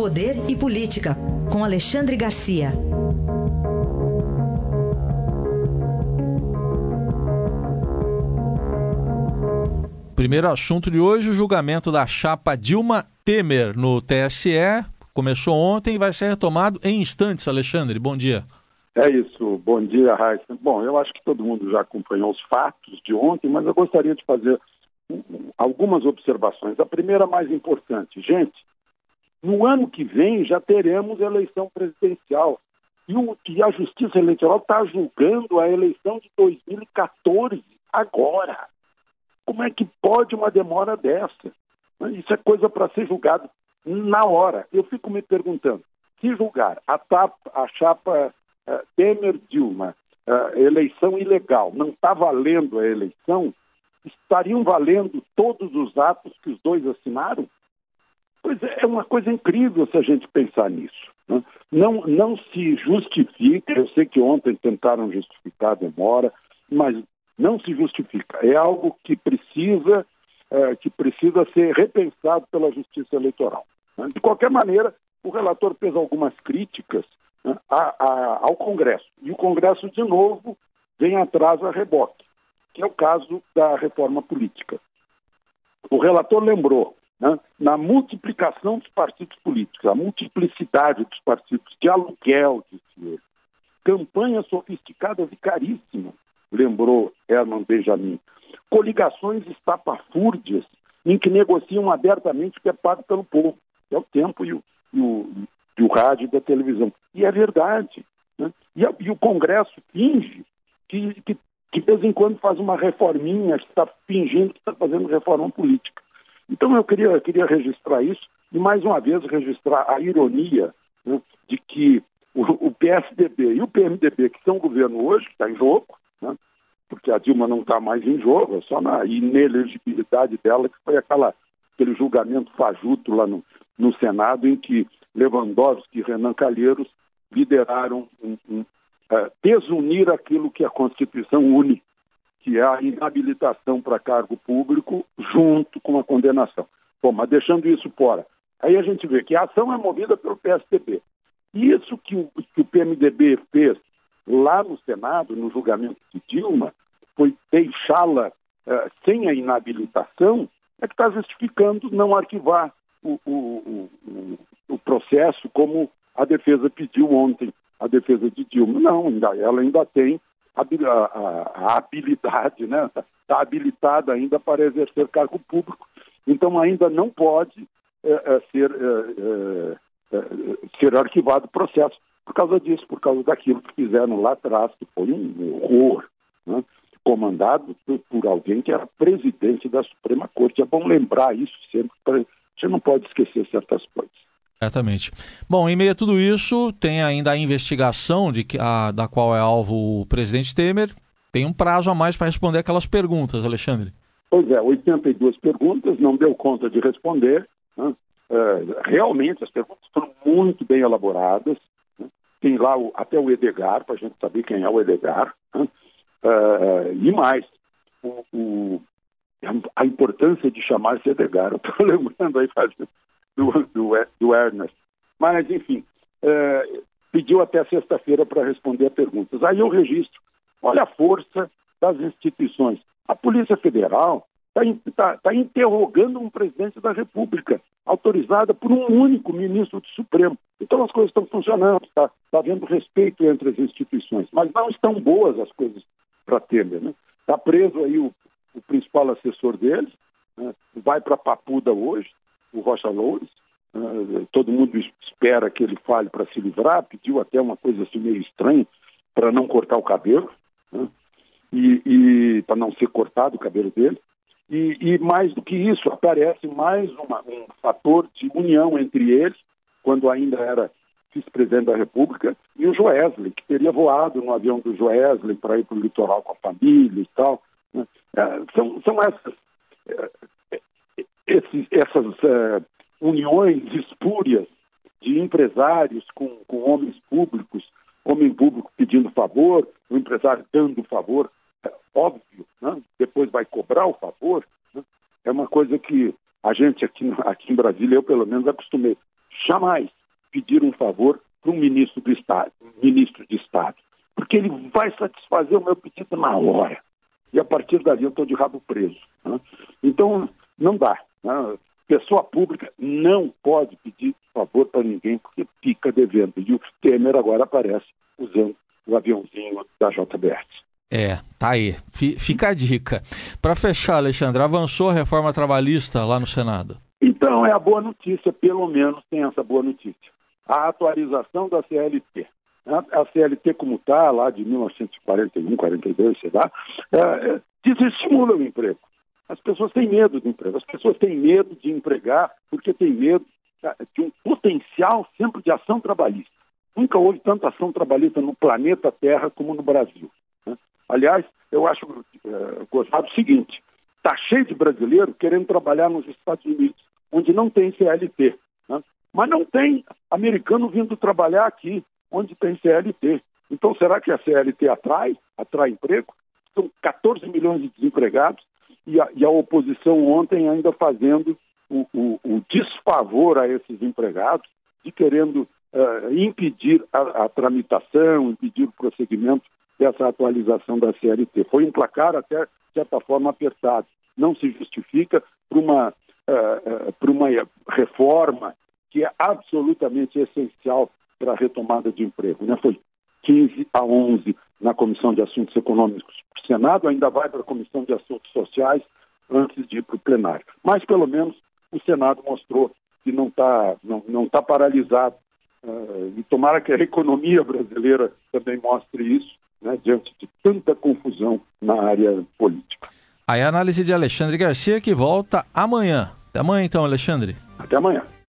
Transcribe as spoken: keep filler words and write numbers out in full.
Poder e Política, com Alexandre Garcia. Primeiro assunto de hoje, o julgamento da chapa Dilma Temer no T S E. Começou ontem e vai ser retomado em instantes. Alexandre, bom dia. É isso, bom dia, Raíssa. Bom, eu acho que todo mundo já acompanhou os fatos de ontem, mas eu gostaria de fazer algumas observações. A primeira, mais importante. Gente, no ano que vem já teremos eleição presidencial e, o, e a Justiça Eleitoral está julgando a eleição de dois mil e quatorze agora. Como é que pode uma demora dessa? Isso é coisa para ser julgado na hora. Eu fico me perguntando, se julgar a, tapa, a chapa uh, Temer-Dilma, uh, eleição ilegal, não está valendo a eleição, estariam valendo todos os atos que os dois assinaram? Pois é, é uma coisa incrível se a gente pensar nisso. Né? Não, não se justifica, eu sei que ontem tentaram justificar a demora, mas não se justifica. É algo que precisa, é, que precisa ser repensado pela Justiça Eleitoral. Né? De qualquer maneira, o relator fez algumas críticas, né, a, a, ao Congresso. E o Congresso, de novo, vem atrás a reboque, que é o caso da reforma política. O relator lembrou, né, na multiplicação dos partidos políticos, a multiplicidade dos partidos de aluguel, disse ele, campanhas sofisticadas e caríssimas, lembrou Herman Benjamin, coligações estapafúrdias em que negociam abertamente o que é pago pelo povo, que é o tempo e o, e o, e o rádio da televisão. E é verdade. Né? E, a, e o Congresso finge que, que, que de vez em quando faz uma reforminha, que está fingindo que está fazendo reforma política. Então eu queria, eu queria registrar isso e mais uma vez registrar a ironia, né, de que o, o P S D B e o P M D B, que são governo hoje, que está em jogo, né, porque a Dilma não está mais em jogo, é só na inelegibilidade dela, que foi aquela, aquele julgamento fajuto lá no, no Senado, em que Lewandowski e Renan Calheiros lideraram um, um, uh, desunir aquilo que a Constituição une, que é a inabilitação para cargo público junto com a condenação. Bom, mas deixando isso fora, aí a gente vê que a ação é movida pelo P S D B. E isso que o, que o P M D B fez lá no Senado, no julgamento de Dilma, foi deixá-la uh, sem a inabilitação, é que está justificando não arquivar o, o, o, o processo como a defesa pediu ontem, a defesa de Dilma. Não, ainda, ela ainda tem a, a, a habilidade, né? Está habilitada ainda para exercer cargo público. Então ainda não pode é, é, ser, é, é, ser arquivado o processo por causa disso, por causa daquilo que fizeram lá atrás, que foi um horror, né? Comandado por, por alguém que era presidente da Suprema Corte. É bom lembrar isso sempre, pra, você não pode esquecer certas coisas. Exatamente. Bom, em meio a tudo isso, tem ainda a investigação de que, a, da qual é alvo o presidente Temer. Tem um prazo a mais para responder aquelas perguntas, Alexandre. Pois é, oitenta e duas perguntas, não deu conta de responder. Né? É, realmente, as perguntas foram muito bem elaboradas. Né? Tem lá o, até o Edgar, para a gente saber quem é o Edgar. Né? É, e mais, o, o, a importância de chamar-se Edgar. Eu estou lembrando aí, fazendo. Do, do, do Ernest. Mas, enfim, é, pediu até sexta-feira para responder a perguntas. Aí eu registro, olha a força das instituições. A Polícia Federal está tá, tá interrogando um presidente da República, autorizada por um único ministro do Supremo. Então as coisas estão funcionando, está tá havendo respeito entre as instituições. Mas não estão boas as coisas para Temer. Né? Está preso aí o, o principal assessor deles, né? Vai para Papuda hoje, o Rocha Loures, uh, todo mundo espera que ele fale para se livrar, pediu até uma coisa assim meio estranha para não cortar o cabelo, né? e, e para não ser cortado o cabelo dele, e, e mais do que isso, aparece mais uma, um fator de união entre eles, quando ainda era vice-presidente da República, e o Joesley, que teria voado no avião do Joesley para ir para o litoral com a família e tal. Né? Uh, são, são essas... Uh, Esses, essas uh, uniões espúrias de empresários com, com homens públicos, homem público pedindo favor, o empresário dando favor, é óbvio, né? Depois vai cobrar o favor, né? É uma coisa que a gente aqui, aqui em Brasília, eu pelo menos acostumei, jamais pedir um favor para um ministro do Estado, ministro de Estado, porque ele vai satisfazer o meu pedido na hora. E a partir dali eu estou de rabo preso. Né? Então, não dá. Né? Pessoa pública não pode pedir favor para ninguém porque fica devendo. E o Temer agora aparece usando o aviãozinho da J B S. É, tá aí. F- fica a dica. Para fechar, Alexandre, avançou a reforma trabalhista lá no Senado? Então, é a boa notícia, pelo menos tem essa boa notícia. A atualização da C L T. A C L T como está, lá de mil novecentos e quarenta e um, quarenta e dois, sei lá, é, desestimula o emprego. As pessoas têm medo do emprego, as pessoas têm medo de empregar porque têm medo de um potencial sempre de ação trabalhista. Nunca houve tanta ação trabalhista no planeta Terra como no Brasil. Né? Aliás, eu acho é, gostado o seguinte, está cheio de brasileiro querendo trabalhar nos Estados Unidos, onde não tem C L T. Né? Mas não tem americano vindo trabalhar aqui, onde tem C L T. Então, será que a C L T atrai? Atrai emprego? São catorze milhões de desempregados e a, e a oposição ontem ainda fazendo o, o, o desfavor a esses empregados de querendo uh, impedir a, a tramitação, impedir o prosseguimento dessa atualização da C L T. Foi um placar até, de certa forma, apertado. Não se justifica por uma, uh, uh, por uma reforma que é absolutamente essencial para a retomada de emprego. Né? Foi quinze a onze na Comissão de Assuntos Econômicos do Senado, ainda vai para a Comissão de Assuntos Sociais antes de ir para o plenário. Mas, pelo menos, o Senado mostrou que não está não, não tá paralisado. Uh, e tomara que a economia brasileira também mostre isso, né, diante de tanta confusão na área política. Aí a análise de Alexandre Garcia, que volta amanhã. Até amanhã, então, Alexandre. Até amanhã.